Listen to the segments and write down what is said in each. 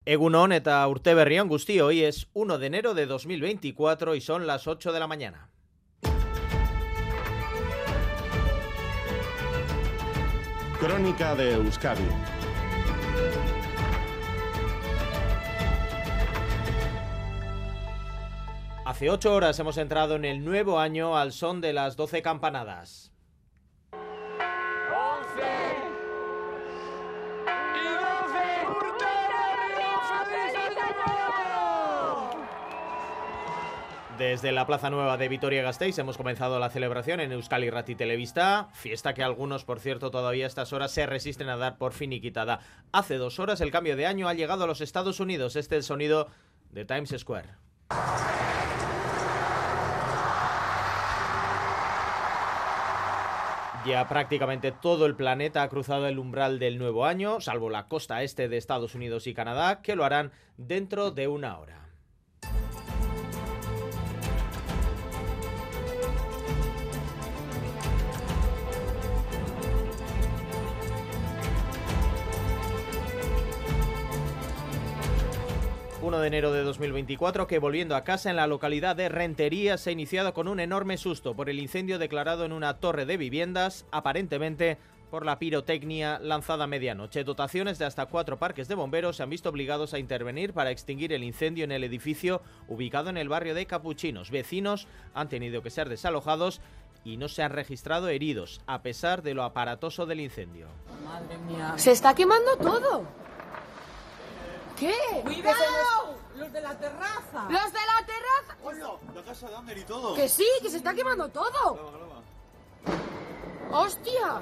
Egunon eta urte berri on guzti, hoy es 1 de enero de 2024 y son las 8 de la mañana. Crónica de Euskadi. Hace 8 horas hemos entrado en el nuevo año al son de las 12 campanadas. Desde la Plaza Nueva de Vitoria-Gasteiz hemos comenzado la celebración en Euskal Irrati Telebista, fiesta que algunos, por cierto, todavía a estas horas se resisten a dar por finiquitada. Hace 2 horas el cambio de año ha llegado a los Estados Unidos. Este es el sonido de Times Square. Ya prácticamente todo el planeta ha cruzado el umbral del nuevo año, salvo la costa este de Estados Unidos y Canadá, que lo harán dentro de 1 hora. De enero de 2024 que, volviendo a casa en la localidad de Rentería, se ha iniciado con un enorme susto por el incendio declarado en una torre de viviendas, aparentemente por la pirotecnia lanzada a medianoche. Dotaciones de hasta 4 parques de bomberos se han visto obligados a intervenir para extinguir el incendio en el edificio ubicado en el barrio de Capuchinos. Vecinos han tenido que ser desalojados y no se han registrado heridos, a pesar de lo aparatoso del incendio. Madre mía. ¡Se está quemando todo! ¿Qué? ¡Cuidado! ¡Los de la terraza! ¡Los de la terraza! ¡Hola! La casa de Ander y todo. ¡Que sí! ¡Que se está quemando todo! ¡Hostia!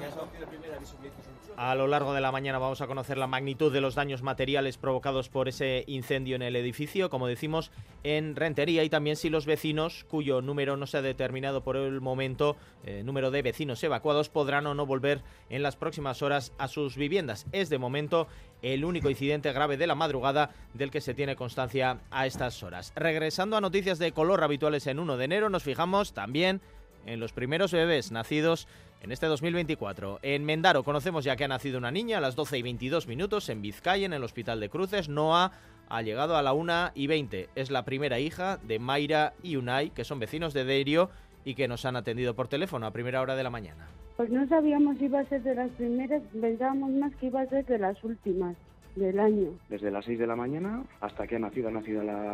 A lo largo de la mañana vamos a conocer la magnitud de los daños materiales provocados por ese incendio en el edificio, como decimos, en Rentería, y también si los vecinos, cuyo número no se ha determinado por el momento, número de vecinos evacuados, podrán o no volver en las próximas horas a sus viviendas. Es de momento el único incidente grave de la madrugada del que se tiene constancia a estas horas. Regresando a noticias de color habituales en 1 de enero, nos fijamos también en los primeros bebés nacidos en este 2024. En Mendaro conocemos ya que ha nacido una niña a las 12:22 en Vizcaya, en el Hospital de Cruces. Noa ha llegado a la 1:20. Es la primera hija de Mayra y Unai, que son vecinos de Derio y que nos han atendido por teléfono a primera hora de la mañana. Pues no sabíamos si iba a ser de las primeras, pensábamos más que iba a ser de las últimas del año. Desde las 6 de la mañana hasta que ha nacido a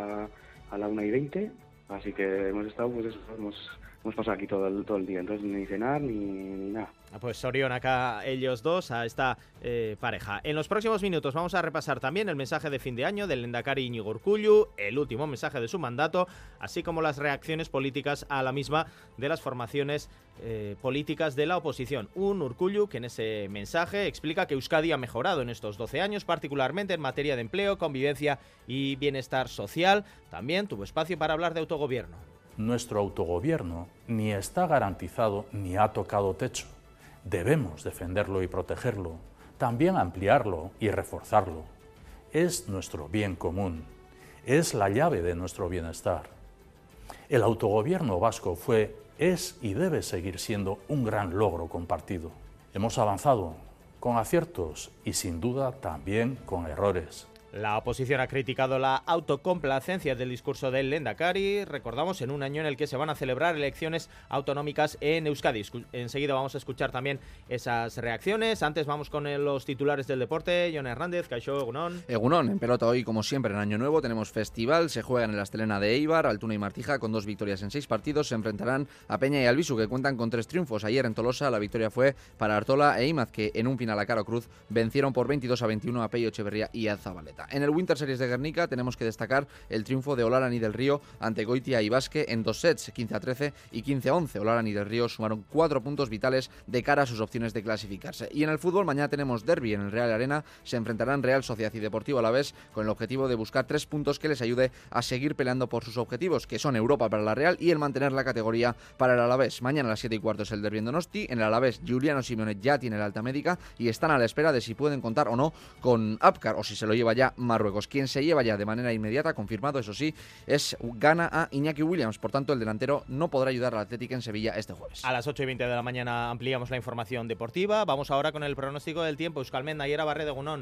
la 1:20, así que hemos estado, pues eso, hemos pasado aquí todo el día, entonces ni cenar ni nada. Pues Orión acá ellos dos, a esta pareja. En los próximos minutos vamos a repasar también el mensaje de fin de año del Lehendakari Iñigo Urkullu, el último mensaje de su mandato, así como las reacciones políticas a la misma de las formaciones políticas de la oposición. Un Urkullu que en ese mensaje explica que Euskadi ha mejorado en estos 12 años, particularmente en materia de empleo, convivencia y bienestar social. También tuvo espacio para hablar de autogobierno. Nuestro autogobierno ni está garantizado ni ha tocado techo. Debemos defenderlo y protegerlo, también ampliarlo y reforzarlo. Es nuestro bien común, es la llave de nuestro bienestar. El autogobierno vasco fue, es y debe seguir siendo un gran logro compartido. Hemos avanzado con aciertos y sin duda también con errores. La oposición ha criticado la autocomplacencia del discurso del Lehendakari. Recordamos, en un año en el que se van a celebrar elecciones autonómicas en Euskadi. Enseguida vamos a escuchar también esas reacciones. Antes vamos con los titulares del deporte. Jon Hernández, Kaixo, Egunon. Egunon, en pelota hoy, como siempre, en Año Nuevo tenemos festival. Se juega en el Astelena de Eibar. Altuna y Martija, con 2 victorias en 6 partidos, se enfrentarán a Peña y Albisu, que cuentan con 3 triunfos. Ayer en Tolosa la victoria fue para Artola e Imaz, que en un final a Caro Cruz vencieron por 22-21 a Peio Echeverría y a Zabaleta. En el Winter Series de Guernica tenemos que destacar el triunfo de Olarani del Río ante Goitia y Basque en 2 sets, 15-13 y 15-11. Olarani del Río sumaron 4 puntos vitales de cara a sus opciones de clasificarse. Y en el fútbol, mañana tenemos derbi en el Real Arena. Se enfrentarán Real Sociedad y Deportivo Alavés con el objetivo de buscar 3 puntos que les ayude a seguir peleando por sus objetivos, que son Europa para la Real y el mantener la categoría para el Alavés. Mañana a las 7:15 es el derbi en Donosti. En el Alavés, Giuliano Simeone ya tiene la alta médica y están a la espera de si pueden contar o no con Apcar o si se lo lleva ya Marruecos. Quien se lleva ya de manera inmediata, confirmado eso sí, es gana a Iñaki Williams. Por tanto, el delantero no podrá ayudar al Atlético en Sevilla este jueves. A las 8:20 de la mañana ampliamos la información deportiva. Vamos ahora con el pronóstico del tiempo. Euskalmen, Nayera Barredo, Egunon.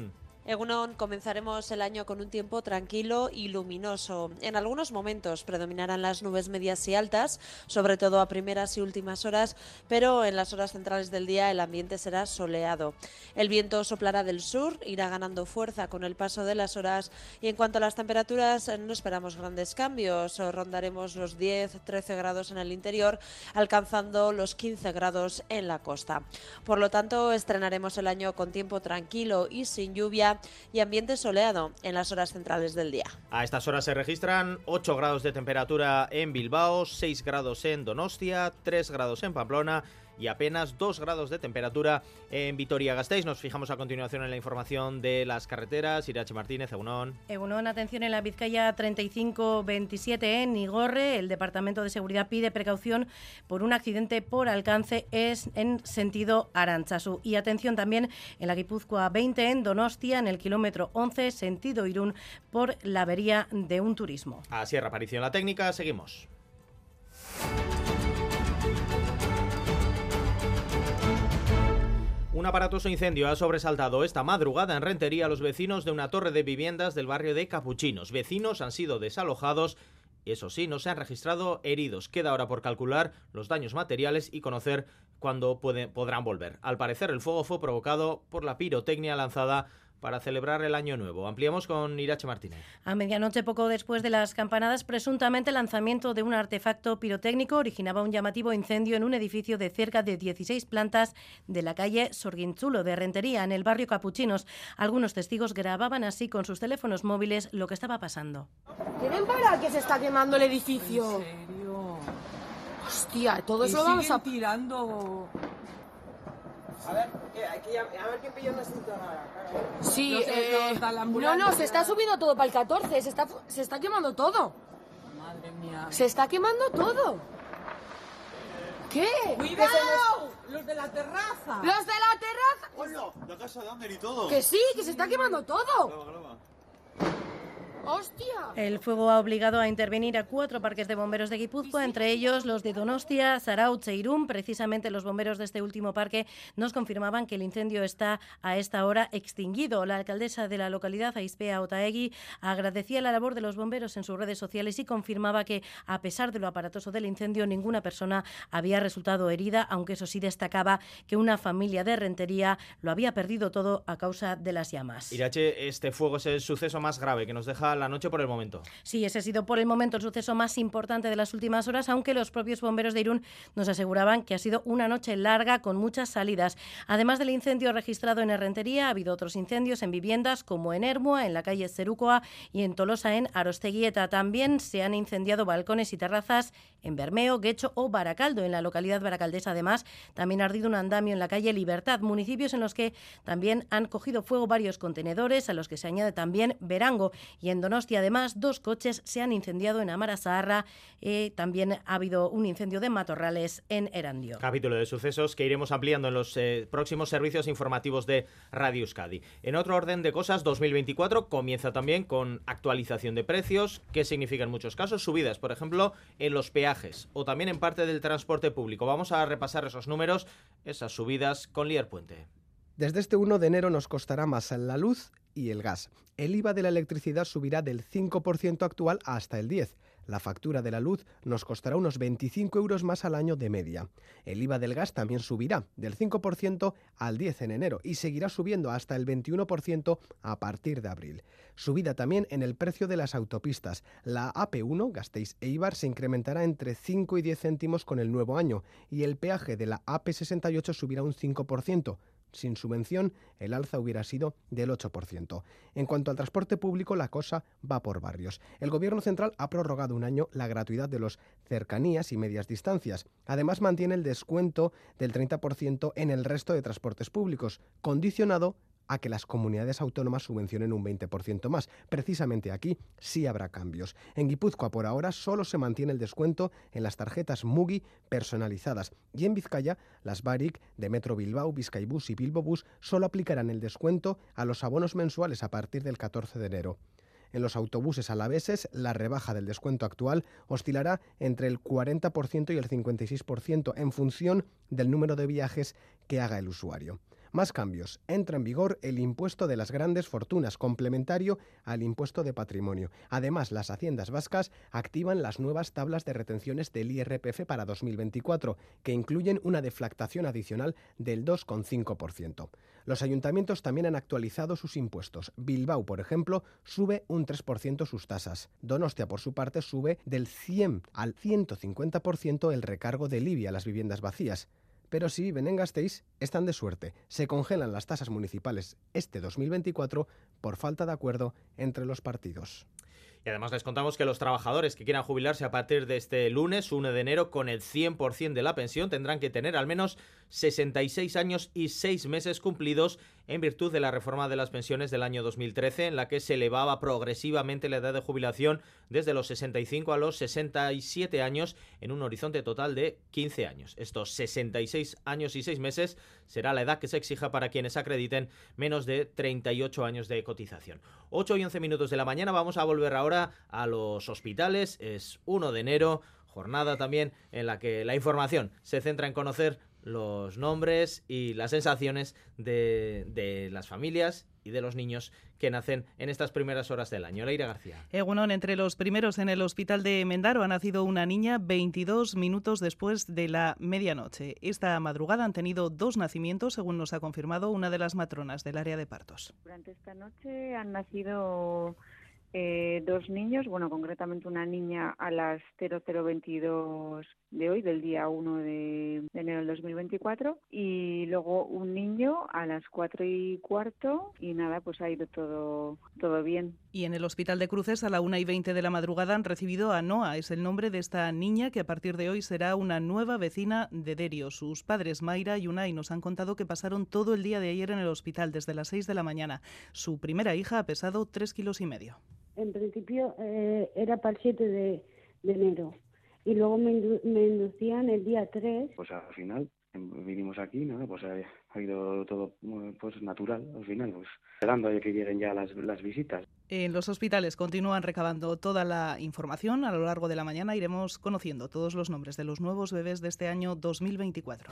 Egunon, comenzaremos el año con un tiempo tranquilo y luminoso. En algunos momentos predominarán las nubes medias y altas, sobre todo a primeras y últimas horas, pero en las horas centrales del día el ambiente será soleado. El viento soplará del sur, irá ganando fuerza con el paso de las horas y en cuanto a las temperaturas no esperamos grandes cambios. Rondaremos los 10-13 grados en el interior, alcanzando los 15 grados en la costa. Por lo tanto, estrenaremos el año con tiempo tranquilo y sin lluvia y ambiente soleado en las horas centrales del día. A estas horas se registran 8 grados de temperatura en Bilbao, 6 grados en Donostia, 3 grados en Pamplona y apenas 2 grados de temperatura en Vitoria-Gasteiz. Nos fijamos a continuación en la información de las carreteras. Irache Martínez, Egunon. Egunon, atención en la Vizcaya 3527 en Nigorre. El Departamento de Seguridad pide precaución por un accidente por alcance en sentido Arantzazu. Y atención también en la Guipúzcoa 20 en Donostia, en el kilómetro 11, sentido Irún, por la avería de un turismo. Así es, reaparición la técnica. Seguimos. Un aparatoso incendio ha sobresaltado esta madrugada en Rentería a los vecinos de una torre de viviendas del barrio de Capuchinos. Vecinos han sido desalojados y, eso sí, no se han registrado heridos. Queda ahora por calcular los daños materiales y conocer cuándo podrán volver. Al parecer, el fuego fue provocado por la pirotecnia lanzada para celebrar el Año Nuevo. Ampliamos con Irache Martínez. A medianoche, poco después de las campanadas, presuntamente el lanzamiento de un artefacto pirotécnico originaba un llamativo incendio en un edificio de cerca de 16 plantas de la calle Sorguintzulo de Rentería, en el barrio Capuchinos. Algunos testigos grababan así con sus teléfonos móviles lo que estaba pasando. ¿Quieren parar que se está quemando el edificio? ¿En serio? Hostia, todo eso lo siguen vamos a... tirando... A ver, a ver qué pillo una cinta. Sí, no, se está subiendo todo para el 14, se está quemando todo. Madre mía. Se está quemando todo. ¿Qué? ¡Cuidado! ¡Los de la terraza! ¡Los de la terraza! ¡Hola! La casa de Ander y todo. Que sí, que se está quemando todo. Graba. ¡Hostia! El fuego ha obligado a intervenir a 4 parques de bomberos de Guipúzcoa, entre ellos los de Donostia, Zarautz e Irún. Precisamente los bomberos de este último parque nos confirmaban que el incendio está a esta hora extinguido. La alcaldesa de la localidad, Aizpea Otaegui, agradecía la labor de los bomberos en sus redes sociales y confirmaba que, a pesar de lo aparatoso del incendio, ninguna persona había resultado herida, aunque eso sí destacaba que una familia de Rentería lo había perdido todo a causa de las llamas. Irache, este fuego es el suceso más grave que nos deja la noche por el momento. Sí, ese ha sido por el momento el suceso más importante de las últimas horas, aunque los propios bomberos de Irún nos aseguraban que ha sido una noche larga con muchas salidas. Además del incendio registrado en Errentería, ha habido otros incendios en viviendas como en Ermua, en la calle Zerukoa y en Tolosa, en Arosteguieta. También se han incendiado balcones y terrazas en Bermeo, Guecho o Baracaldo. En la localidad baracaldesa, además, también ha ardido un andamio en la calle Libertad, municipios en los que también han cogido fuego varios contenedores, a los que se añade también Verango. Y en Donostia, además, 2 coches se han incendiado en Amara Zaharra. También ha habido un incendio de matorrales en Erandio. Capítulo de sucesos que iremos ampliando en los próximos servicios informativos de Radio Euskadi. En otro orden de cosas, 2024 comienza también con actualización de precios, que significa en muchos casos subidas, por ejemplo, en los peajes o también en parte del transporte público. Vamos a repasar esos números, esas subidas con Lier Puente. Desde este 1 de enero nos costará más la luz y el gas. El IVA de la electricidad subirá del 5% actual hasta el 10%. La factura de la luz nos costará unos 25 euros más al año de media. El IVA del gas también subirá del 5% al 10% en enero y seguirá subiendo hasta el 21% a partir de abril. Subida también en el precio de las autopistas. La AP1, Gasteiz-Eibar, se incrementará entre 5 y 10 céntimos con el nuevo año y el peaje de la AP68 subirá un 5%. Sin subvención, el alza hubiera sido del 8%. En cuanto al transporte público, la cosa va por barrios. El Gobierno central ha prorrogado un año la gratuidad de los cercanías y medias distancias. Además, mantiene el descuento del 30% en el resto de transportes públicos, condicionado a que las comunidades autónomas subvencionen un 20% más. Precisamente aquí sí habrá cambios. En Guipúzcoa, por ahora, solo se mantiene el descuento en las tarjetas Mugi personalizadas. Y en Vizcaya, las Barik de Metro Bilbao, Bizkaibus y Bilbobus solo aplicarán el descuento a los abonos mensuales a partir del 14 de enero. En los autobuses alaveses, la rebaja del descuento actual oscilará entre el 40% y el 56% en función del número de viajes que haga el usuario. Más cambios. Entra en vigor el impuesto de las grandes fortunas, complementario al impuesto de patrimonio. Además, las haciendas vascas activan las nuevas tablas de retenciones del IRPF para 2024, que incluyen una deflactación adicional del 2,5%. Los ayuntamientos también han actualizado sus impuestos. Bilbao, por ejemplo, sube un 3% sus tasas. Donostia, por su parte, sube del 100 al 150% el recargo del IBI a las viviendas vacías. Pero si viven en Gasteiz, están de suerte. Se congelan las tasas municipales este 2024 por falta de acuerdo entre los partidos. Y además les contamos que los trabajadores que quieran jubilarse a partir de este lunes 1 de enero con el 100% de la pensión tendrán que tener al menos 66 años y 6 meses cumplidos en virtud de la reforma de las pensiones del año 2013, en la que se elevaba progresivamente la edad de jubilación desde los 65 a los 67 años en un horizonte total de 15 años. Estos 66 años y 6 meses será la edad que se exija para quienes acrediten menos de 38 años de cotización. 8 y 11 minutos de la mañana, vamos a volver ahora a los hospitales. Es 1 de enero, jornada también en la que la información se centra en conocer los nombres y las sensaciones de las familias y de los niños que nacen en estas primeras horas del año. Leira García. Egunon, entre los primeros en el hospital de Mendaro ha nacido una niña 22 minutos después de la medianoche. Esta madrugada han tenido 2 nacimientos, según nos ha confirmado una de las matronas del área de partos. Durante esta noche han nacido 2 niños, concretamente una niña a las 00:22 de hoy, del día 1 de enero del 2024, y luego un niño a las 4:15, y nada, pues ha ido todo bien. Y en el hospital de Cruces, a la 1:20 de la madrugada, han recibido a Noa, es el nombre de esta niña que a partir de hoy será una nueva vecina de Derio. Sus padres, Mayra y Unai, nos han contado que pasaron todo el día de ayer en el hospital, desde las 6 de la mañana. Su primera hija ha pesado 3,5 kilos. En principio era para el 7 de enero y luego me inducían el día 3. Pues al final vinimos aquí, nada, pues ha ido todo pues natural al final, pues esperando a que lleguen ya las visitas. En los hospitales continúan recabando toda la información. A lo largo de la mañana iremos conociendo todos los nombres de los nuevos bebés de este año 2024.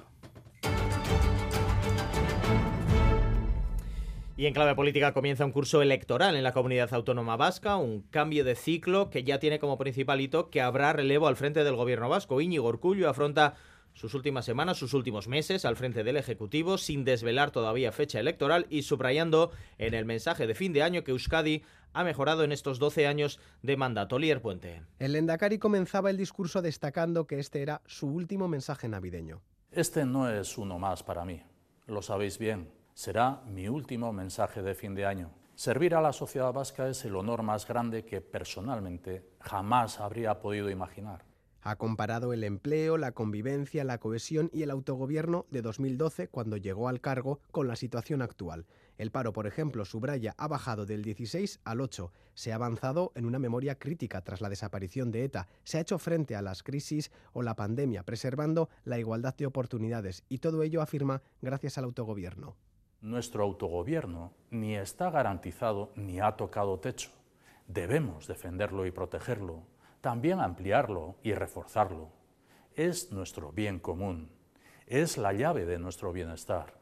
Y en clave política comienza un curso electoral en la Comunidad Autónoma Vasca, un cambio de ciclo que ya tiene como principal hito que habrá relevo al frente del gobierno vasco. Íñigo Urkullu afronta sus últimas semanas, sus últimos meses al frente del Ejecutivo, sin desvelar todavía fecha electoral y subrayando en el mensaje de fin de año que Euskadi ha mejorado en estos 12 años de mandato. Lier Puente. El Lehendakari comenzaba el discurso destacando que este era su último mensaje navideño. Este no es uno más para mí, lo sabéis bien. Será mi último mensaje de fin de año. Servir a la sociedad vasca es el honor más grande que personalmente jamás habría podido imaginar. Ha comparado el empleo, la convivencia, la cohesión y el autogobierno de 2012, cuando llegó al cargo, con la situación actual. El paro, por ejemplo, subraya, ha bajado del 16 al 8. Se ha avanzado en una memoria crítica tras la desaparición de ETA. Se ha hecho frente a las crisis o la pandemia, preservando la igualdad de oportunidades. Y todo ello, afirma, gracias al autogobierno. Nuestro autogobierno ni está garantizado ni ha tocado techo. Debemos defenderlo y protegerlo, también ampliarlo y reforzarlo. Es nuestro bien común, es la llave de nuestro bienestar.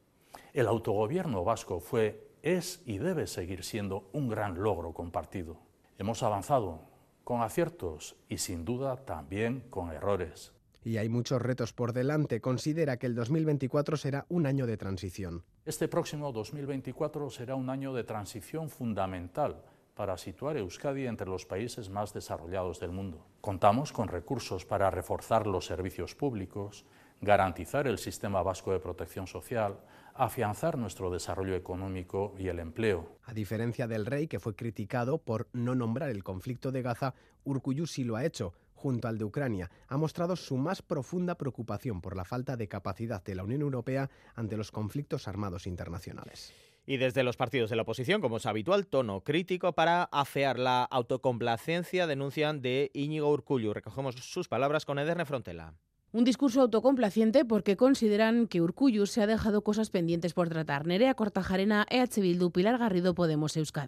El autogobierno vasco fue, es y debe seguir siendo un gran logro compartido. Hemos avanzado con aciertos y sin duda también con errores. Y hay muchos retos por delante. Considera que el 2024 será un año de transición. Este próximo 2024 será un año de transición fundamental para situar a Euskadi entre los países más desarrollados del mundo. Contamos con recursos para reforzar los servicios públicos, garantizar el sistema vasco de protección social, afianzar nuestro desarrollo económico y el empleo. A diferencia del rey, que fue criticado por no nombrar el conflicto de Gaza, Urkullu sí lo ha hecho. Junto al de Ucrania, ha mostrado su más profunda preocupación por la falta de capacidad de la Unión Europea ante los conflictos armados internacionales. Y desde los partidos de la oposición, como es habitual, tono crítico para afear la autocomplacencia, denuncian de Íñigo Urkullu. Recogemos sus palabras con Ederne Frontela. Un discurso autocomplaciente porque consideran que Urkullu se ha dejado cosas pendientes por tratar. Nerea Kortajarena, EH Bildu, Pilar Garrido, Podemos, Euskadi.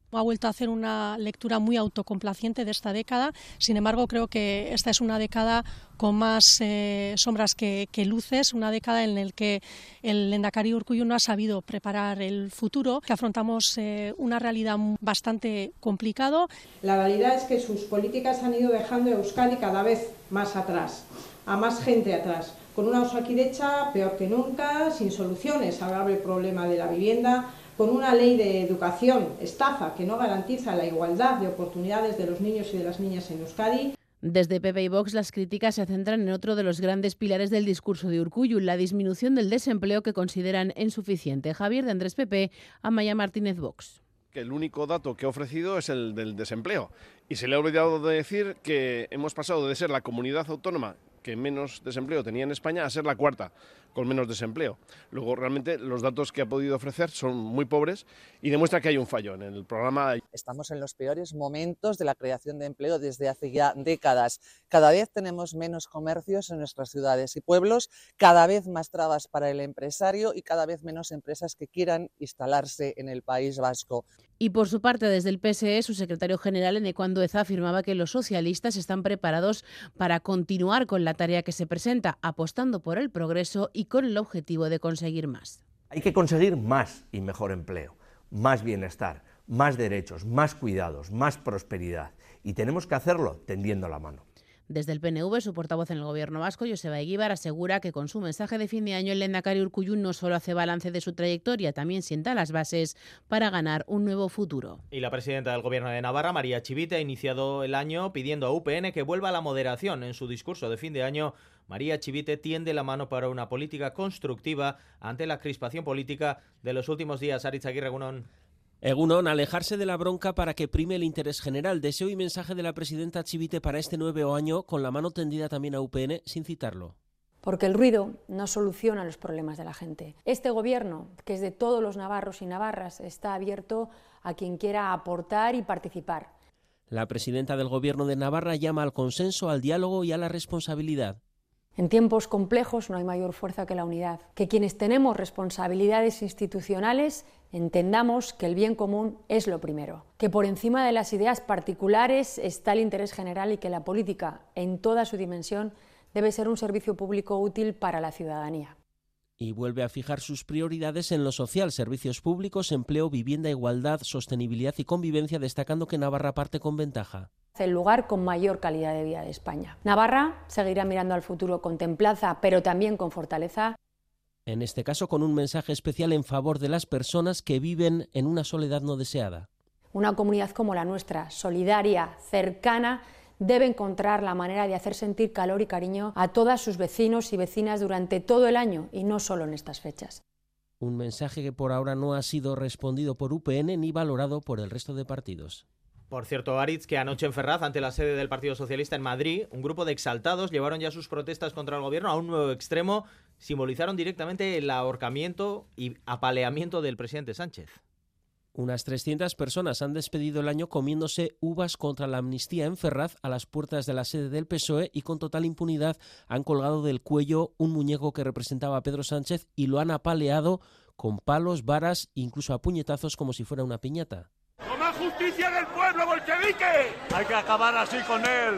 Ha vuelto a hacer una lectura muy autocomplaciente de esta década. Sin embargo, creo que esta es una década con más sombras que luces, una década en la que el Lehendakari Urkullu no ha sabido preparar el futuro, que afrontamos una realidad bastante complicada. La realidad es que sus políticas han ido dejando a Euskadi cada vez más atrás, a más gente atrás, con una Osakidetza peor que nunca, sin soluciones al grave problema de la vivienda, con una ley de educación estafa que no garantiza la igualdad de oportunidades de los niños y de las niñas en Euskadi. Desde PP y Vox las críticas se centran en otro de los grandes pilares del discurso de Urkullu, la disminución del desempleo que consideran insuficiente. Javier de Andrés PP, Amaya Martínez Vox. Que el único dato que ha ofrecido es el del desempleo y se le ha olvidado de decir que hemos pasado de ser la comunidad autónoma que menos desempleo tenía en España a ser la cuarta con menos desempleo. Luego realmente los datos que ha podido ofrecer son muy pobres y demuestra que hay un fallo en el programa. Estamos en los peores momentos de la creación de empleo desde hace ya décadas. Cada vez tenemos menos comercios en nuestras ciudades y pueblos, cada vez más trabas para el empresario y cada vez menos empresas que quieran instalarse en el País Vasco. Y por su parte, desde el PSE, su secretario general, Eneko Andueza, afirmaba que los socialistas están preparados para continuar con la tarea que se presenta, apostando por el progreso y con el objetivo de conseguir más. Hay que conseguir más y mejor empleo, más bienestar, más derechos, más cuidados, más prosperidad. Y tenemos que hacerlo tendiendo la mano. Desde el PNV, su portavoz en el Gobierno vasco, Joseba Eguíbar, asegura que con su mensaje de fin de año el Lehendakari Urkullu no solo hace balance de su trayectoria, también sienta las bases para ganar un nuevo futuro. Y la presidenta del Gobierno de Navarra, María Chivite, ha iniciado el año pidiendo a UPN que vuelva a la moderación. En su discurso de fin de año, María Chivite tiende la mano para una política constructiva ante la crispación política de los últimos días. Aritz Aguirre, Egunon. Egunon, alejarse de la bronca para que prime el interés general. Deseo y mensaje de la presidenta Chivite para este nuevo año, con la mano tendida también a UPN, sin citarlo. Porque el ruido no soluciona los problemas de la gente. Este gobierno, que es de todos los navarros y navarras, está abierto a quien quiera aportar y participar. La presidenta del Gobierno de Navarra llama al consenso, al diálogo y a la responsabilidad. En tiempos complejos no hay mayor fuerza que la unidad. Que quienes tenemos responsabilidades institucionales entendamos que el bien común es lo primero. Que por encima de las ideas particulares está el interés general y que la política, en toda su dimensión, debe ser un servicio público útil para la ciudadanía. Y vuelve a fijar sus prioridades en lo social, servicios públicos, empleo, vivienda, igualdad, sostenibilidad y convivencia, destacando que Navarra parte con ventaja. El lugar con mayor calidad de vida de España. Navarra seguirá mirando al futuro con templanza, pero también con fortaleza. En este caso, con un mensaje especial en favor de las personas que viven en una soledad no deseada. Una comunidad como la nuestra, solidaria, cercana, debe encontrar la manera de hacer sentir calor y cariño a todas sus vecinos y vecinas durante todo el año y no solo en estas fechas. Un mensaje que por ahora no ha sido respondido por UPN ni valorado por el resto de partidos. Por cierto, Aritz, que anoche en Ferraz, ante la sede del Partido Socialista en Madrid, un grupo de exaltados llevaron ya sus protestas contra el gobierno a un nuevo extremo, simbolizaron directamente el ahorcamiento y apaleamiento del presidente Sánchez. Unas 300 personas han despedido el año comiéndose uvas contra la amnistía en Ferraz a las puertas de la sede del PSOE y con total impunidad han colgado del cuello un muñeco que representaba a Pedro Sánchez y lo han apaleado con palos, varas e incluso a puñetazos como si fuera una piñata. ¡Toma justicia del pueblo, bolchevique! Hay que acabar así con él.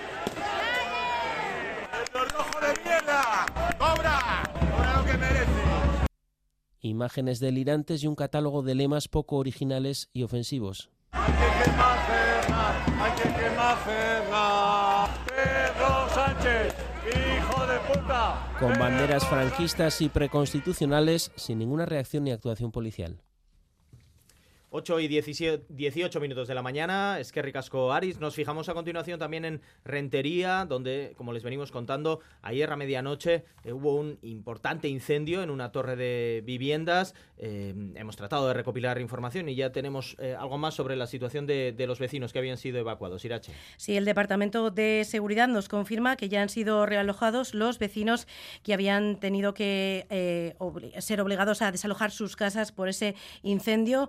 ¡El rojo de mierda! ¡Cobra! ¡Cobra lo que merece! Imágenes delirantes y un catálogo de lemas poco originales y ofensivos. ¡Hay que quemar Ferraz! ¡Hay que quemar Ferraz! ¡Pedro Sánchez! ¡Hijo de puta! Con banderas franquistas y preconstitucionales, sin ninguna reacción ni actuación policial. 8 y 18 minutos de la mañana, Eskerrik asko Aritz. Nos fijamos a continuación también en Rentería, donde, como les venimos contando, ayer a medianoche hubo un importante incendio en una torre de viviendas. Hemos tratado de recopilar información y ya tenemos algo más sobre la situación de los vecinos que habían sido evacuados. Irache. Sí, el Departamento de Seguridad nos confirma que ya han sido realojados los vecinos que habían tenido que ser obligados a desalojar sus casas por ese incendio en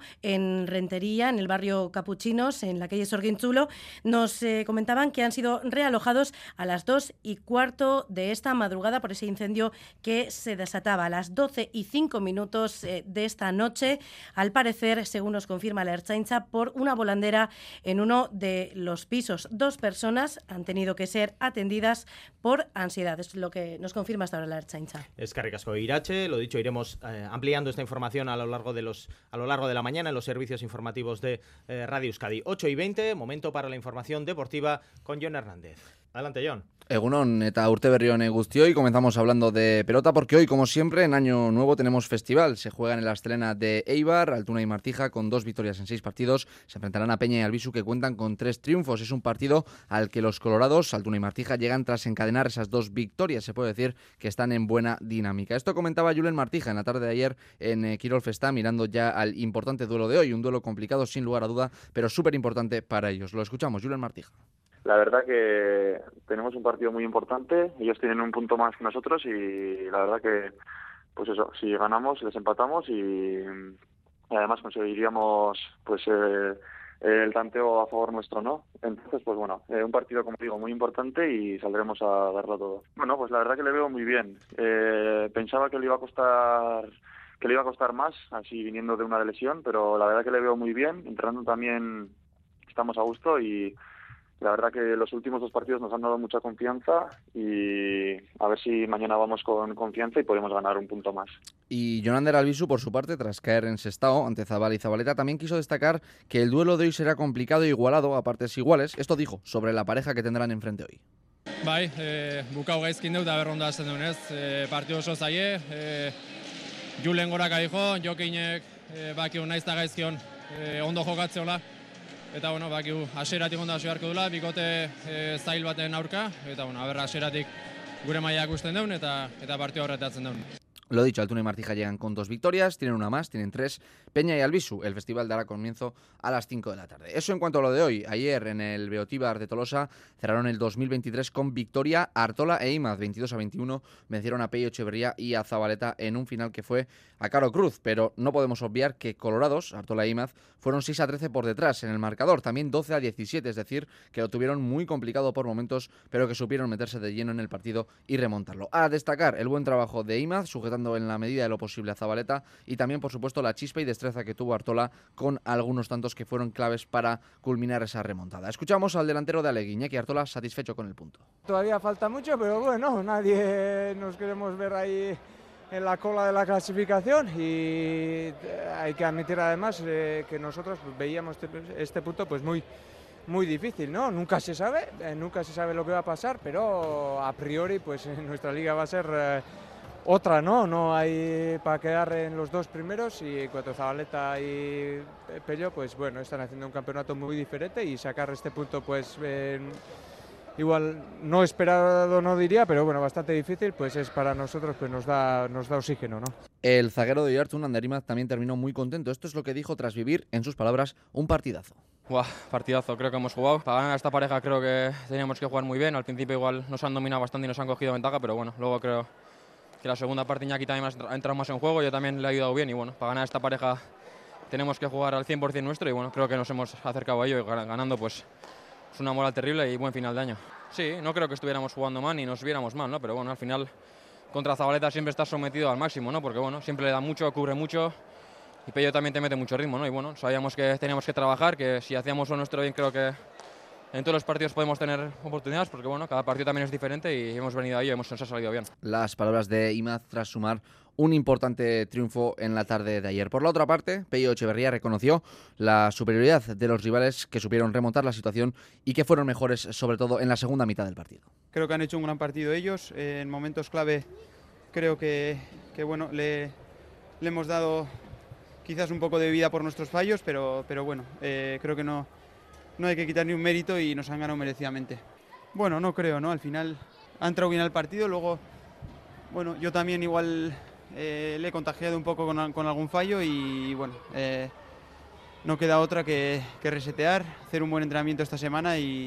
en Rentería, en el barrio Capuchinos, en la calle Sorguinzulo, nos comentaban que han sido realojados a las 2:15 de esta madrugada por ese incendio que se desataba a las 12:05 de esta noche, al parecer, según nos confirma la Ertzaintza, por una volandera en uno de los pisos. 2 personas han tenido que ser atendidas por ansiedad, es lo que nos confirma hasta ahora la Ertzaintza. Eskerrik asko, Irache. Lo dicho, iremos ampliando esta información a lo largo de la mañana en los servicios informativos de Radio Euskadi. 8:20, momento para la información deportiva con Jon Hernández. Adelante, Jon. Egunon eta urte berri on guztioi, comenzamos hablando de pelota porque hoy, como siempre, en Año Nuevo tenemos festival. Se juega en la Astelena de Eibar, Altuna y Martija, con 2 victorias en 6 partidos. Se enfrentarán a Peña y Albisu, que cuentan con 3 triunfos. Es un partido al que los colorados, Altuna y Martija, llegan tras encadenar esas 2 victorias. Se puede decir que están en buena dinámica. Esto comentaba Julen Martija en la tarde de ayer en Quirol Festá, mirando ya al importante duelo de hoy. Un duelo complicado, sin lugar a duda, pero súper importante para ellos. Lo escuchamos, Julen Martija. La verdad que tenemos un partido muy importante, ellos tienen un punto más que nosotros y la verdad que, pues eso, si ganamos, les empatamos y además conseguiríamos pues el tanteo a favor nuestro, ¿no? Entonces, pues bueno, un partido, como digo, muy importante y saldremos a darlo todo. Bueno, pues la verdad que le veo muy bien. Pensaba que le iba a costar más, así viniendo de una lesión, pero la verdad que le veo muy bien. Entrenando también estamos a gusto y la verdad que los últimos 2 partidos nos han dado mucha confianza y a ver si mañana vamos con confianza y podemos ganar un punto más. Y Jonander Albisu, por su parte, tras caer en Sestao ante Zabala y Zabaleta, también quiso destacar que el duelo de hoy será complicado e igualado a partes iguales. Esto dijo sobre la pareja que tendrán enfrente hoy. Bai, bukau gaizkin dut, aber ondo hasten duen, ez? Partidu oso zaie, Julen goraka dijo, Jokinek bakiu naiz eta gaizkion ondo jokatzeola. Eta, bueno, bakiu, hasieratik ondo hasi beharko dula, bikote zail baten aurka, eta, bueno, aber hasieratik gure maila ikusten deun, eta partida horretatzen deun. Lo dicho, Altuna y Martija llegan con 2 victorias, tienen una más, tienen 3. Peña y Albisu, el festival dará comienzo a las 5 de la tarde. Eso en cuanto a lo de hoy. Ayer en el Beotíbar de Tolosa cerraron el 2023 con victoria. Artola e Imaz, 22-21, vencieron a Peyo Echeverría y a Zabaleta en un final que fue a caro cruz. Pero no podemos obviar que colorados, Artola e Imaz, fueron 6-13 por detrás en el marcador. También 12-17, es decir, que lo tuvieron muy complicado por momentos, pero que supieron meterse de lleno en el partido y remontarlo. A destacar el buen trabajo de Imaz, sujetando en la medida de lo posible a Zabaleta, y también, por supuesto, la chispa y destreza que tuvo Artola con algunos tantos que fueron claves para culminar esa remontada. Escuchamos al delantero de Alegui, Iñaki Artola, satisfecho con el punto. Todavía falta mucho, pero bueno, nadie nos queremos ver ahí en la cola de la clasificación y hay que admitir además que nosotros veíamos este punto pues muy difícil, ¿no? Nunca se sabe lo que va a pasar, pero a priori pues nuestra liga va a ser otra, ¿no? No hay para quedar en los 2 primeros y en cuanto a Zabaleta y Pello, pues bueno, están haciendo un campeonato muy diferente y sacar este punto pues igual no esperado, no diría, pero bueno, bastante difícil, pues es para nosotros, pues nos da oxígeno, ¿no? El zaguero de Oiartzun, Ander Imaz, también terminó muy contento. Esto es lo que dijo tras vivir, en sus palabras, un partidazo. Buah, partidazo, creo que hemos jugado. Para ganar a esta pareja creo que teníamos que jugar muy bien. Al principio igual nos han dominado bastante y nos han cogido ventaja, pero bueno, luego creo que la segunda parte Iñaki también ha entrado más en juego, yo también le he ayudado bien y bueno, para ganar esta pareja tenemos que jugar al 100% nuestro y bueno, creo que nos hemos acercado a ello y ganando pues es una moral terrible y buen final de año. Sí, no creo que estuviéramos jugando mal ni nos viéramos mal, ¿no? Pero bueno, al final contra Zabaleta siempre estás sometido al máximo, ¿no? Porque bueno, siempre le da mucho, cubre mucho y Pello también te mete mucho ritmo, ¿no? Y bueno, sabíamos que teníamos que trabajar, que si hacíamos lo nuestro bien creo que en todos los partidos podemos tener oportunidades porque bueno, cada partido también es diferente y hemos venido ahí y nos ha salido bien. Las palabras de Imaz tras sumar un importante triunfo en la tarde de ayer. Por la otra parte, Peyo Echeverría reconoció la superioridad de los rivales que supieron remontar la situación y que fueron mejores, sobre todo en la segunda mitad del partido. Creo que han hecho un gran partido ellos. En momentos clave creo que bueno, le hemos dado quizás un poco de vida por nuestros fallos, pero bueno, creo que no hay que quitar ni un mérito y nos han ganado merecidamente. Bueno, no creo, ¿no? Al final ha entrado bien al partido, luego, bueno, yo también igual le he contagiado un poco con algún fallo y bueno, no queda otra que resetear, hacer un buen entrenamiento esta semana y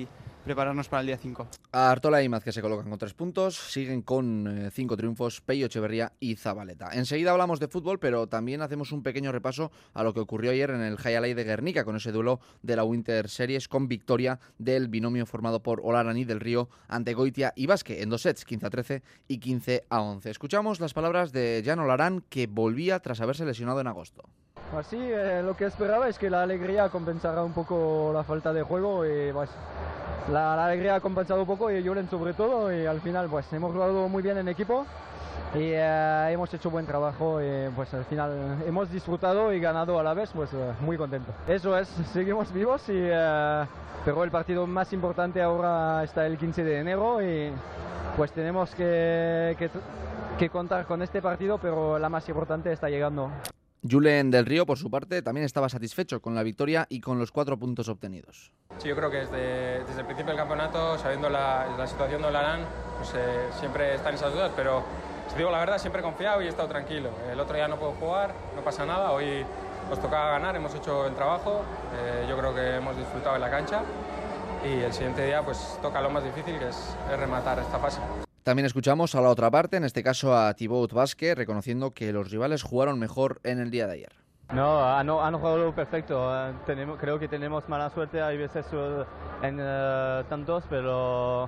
prepararnos para el día 5. Artola e Imaz, que se colocan con 3 puntos, siguen con 5 triunfos, Pello, Echeverría y Zabaleta. Enseguida hablamos de fútbol, pero también hacemos un pequeño repaso a lo que ocurrió ayer en el Jaialai de Guernica, con ese duelo de la Winter Series, con victoria del binomio formado por Olaran y Del Río ante Goitia y Vázquez, en 2 sets, 15-13 y 15-11. Escuchamos las palabras de Jan Olaran, que volvía tras haberse lesionado en agosto. Pues sí, lo que esperaba es que la alegría compensara un poco la falta de juego y pues la alegría ha compensado un poco y Julen sobre todo, y al final pues hemos jugado muy bien en equipo y hemos hecho buen trabajo y pues al final hemos disfrutado y ganado a la vez, pues muy contento. Eso es, seguimos vivos pero el partido más importante ahora está el 15 de enero y pues tenemos que contar con este partido, pero la más importante está llegando. Julen Del Río, por su parte, también estaba satisfecho con la victoria y con los 4 puntos obtenidos. Sí, yo creo que desde el principio del campeonato, sabiendo la situación de Olaran, pues siempre están esas dudas, pero si digo la verdad, siempre he confiado y he estado tranquilo. El otro día no puedo jugar, no pasa nada, hoy nos tocaba ganar, hemos hecho el trabajo, yo creo que hemos disfrutado en la cancha y el siguiente día pues toca lo más difícil, que es rematar esta fase. También escuchamos a la otra parte, en este caso a Thibaut Vázquez, reconociendo que los rivales jugaron mejor en el día de ayer. No, han jugado perfecto. Creo que tenemos mala suerte, hay veces en tantos, pero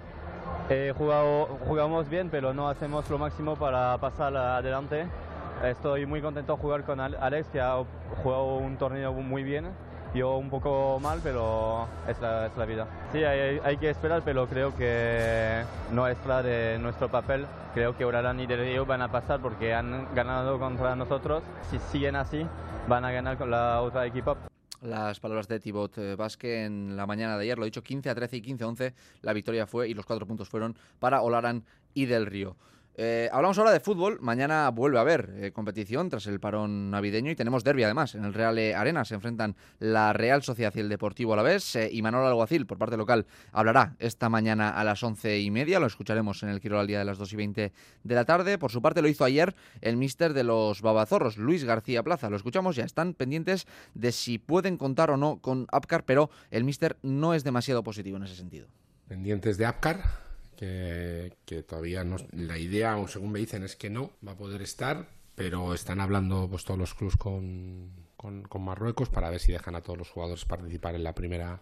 jugamos bien, pero no hacemos lo máximo para pasar adelante. Estoy muy contento de jugar con Alex, que ha jugado un torneo muy bien. Yo un poco mal, pero es la vida. Sí, hay que esperar, pero creo que no es la de nuestro papel. Creo que Olaran y Del Río van a pasar porque han ganado contra nosotros. Si siguen así, van a ganar con la otra equipo. Las palabras de Thibaut Vázquez en la mañana de ayer, lo he dicho, 15-13 y 15-11, la victoria fue y los 4 puntos fueron para Olaran y Del Río. Hablamos ahora de fútbol. Mañana vuelve a haber competición tras el parón navideño y tenemos derbi además. En el Real Arena se enfrentan la Real Sociedad y el Deportivo Alavés. Y Manol Alguacil, por parte local, hablará esta mañana a las 11:30. Lo escucharemos en el Quirol al día de las 2:20 de la tarde. Por su parte lo hizo ayer el míster de los Babazorros, Luis García Plaza. Lo escuchamos ya. Están pendientes de si pueden contar o no con Apcar, pero el míster no es demasiado positivo en ese sentido. Pendientes de Apcar, que todavía no, la idea, según me dicen, es que no va a poder estar, pero están hablando pues todos los clubs con Marruecos para ver si dejan a todos los jugadores participar en la primera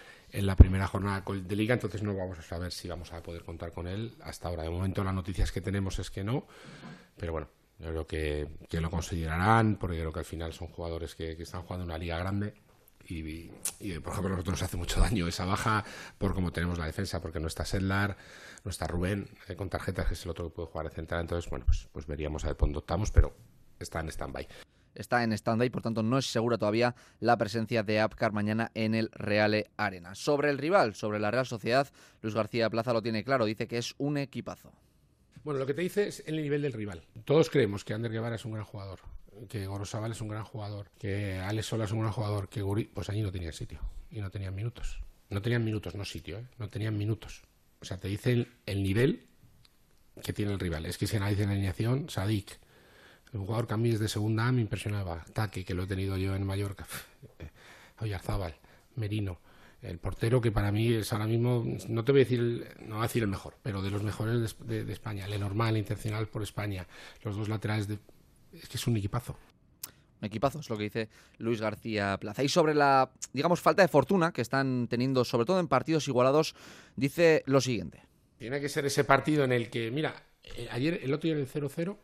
jornada de liga. Entonces no vamos a saber si vamos a poder contar con él hasta ahora. De momento las noticias que tenemos es que no, pero bueno, yo creo que lo considerarán, porque creo que al final son jugadores que están jugando en una liga grande. Y por ejemplo, a nosotros nos hace mucho daño esa baja por cómo tenemos la defensa, porque no está Sedlar, no está Rubén con tarjetas, que es el otro que puede jugar de central. Entonces, bueno, pues veríamos a ver por dónde optamos, pero está en stand-by. Está en stand-by, por tanto no es segura todavía la presencia de Apcar mañana en el Real Arena. Sobre el rival, sobre la Real Sociedad, Luis García Plaza lo tiene claro, dice que es un equipazo. Bueno, lo que te dice es el nivel del rival. Todos creemos que Ander Guevara es un gran jugador, que Gorosabal es un gran jugador, que Alex Sola es un gran jugador, que Guri, pues allí no tenían sitio y no tenían minutos. No tenían minutos, no sitio, no tenían minutos. O sea, te dice el nivel que tiene el rival. Es que si analiza la alineación, Sadik, el jugador que a mí desde segunda A me impresionaba, Taque, que lo he tenido yo en Mallorca, Oyarzábal, Merino, el portero que para mí es ahora mismo, no voy a decir el mejor, pero de los mejores de España, Lenormand, Intencional por España, los dos laterales es que es un equipazo. Un equipazo, es lo que dice Luis García Plaza. Y sobre la, digamos, falta de fortuna que están teniendo, sobre todo en partidos igualados, dice lo siguiente. Tiene que ser ese partido en el que, mira, el otro día en el 0-0,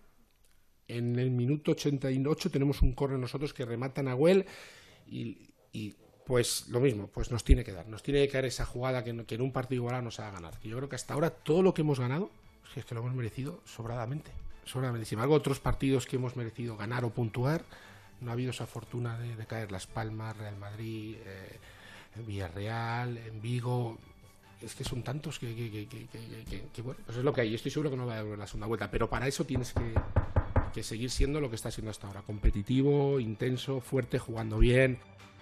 en el minuto 88 tenemos un córner nosotros que rematan a Güell y pues lo mismo, pues nos tiene que caer esa jugada que en un partido igualado nos haga ganar. Yo creo que hasta ahora todo lo que hemos ganado es que lo hemos merecido sobradamente. Sin embargo, otros partidos que hemos merecido ganar o puntuar, no ha habido esa fortuna de caer. Las Palmas, Real Madrid, Villarreal, en Vigo. Es que son tantos que bueno, pues es lo que hay. Yo estoy seguro que no va a haber la segunda vuelta, pero para eso tienes que seguir siendo lo que está siendo hasta ahora. Competitivo, intenso, fuerte, jugando bien.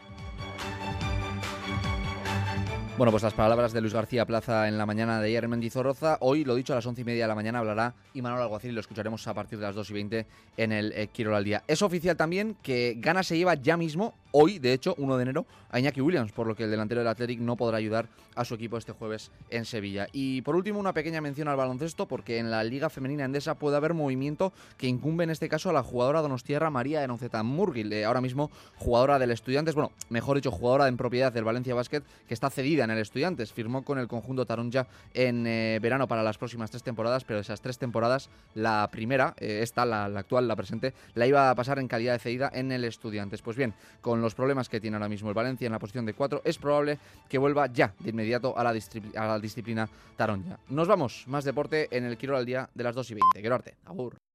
Bueno, pues las palabras de Luis García Plaza en la mañana de ayer en Mendizorroza. Hoy, lo dicho, a las 11:30 de la mañana hablará Imanol Alguacil y lo escucharemos a partir de las 2:20 en el Quirol al día. Es oficial también que Ghana se lleva ya mismo hoy, de hecho, 1 de enero, a Iñaki Williams, por lo que el delantero del Athletic no podrá ayudar a su equipo este jueves en Sevilla. Y por último, una pequeña mención al baloncesto, porque en la Liga Femenina Endesa puede haber movimiento que incumbe en este caso a la jugadora donostiarra María Enonceta Murgil, ahora mismo jugadora del Estudiantes, bueno, mejor dicho, jugadora en propiedad del Valencia Basket, que está cedida en el Estudiantes. Firmó con el conjunto taronja en verano para las próximas 3 temporadas, pero de esas 3 temporadas, la primera, la actual, la presente, la iba a pasar en calidad de cedida en el Estudiantes. Pues bien, con los problemas que tiene ahora mismo el Valencia en la posición de 4, es probable que vuelva ya de inmediato a la disciplina taronja. Nos vamos, más deporte en el Quirol al día de las 2:20. Quiero arte. Agur.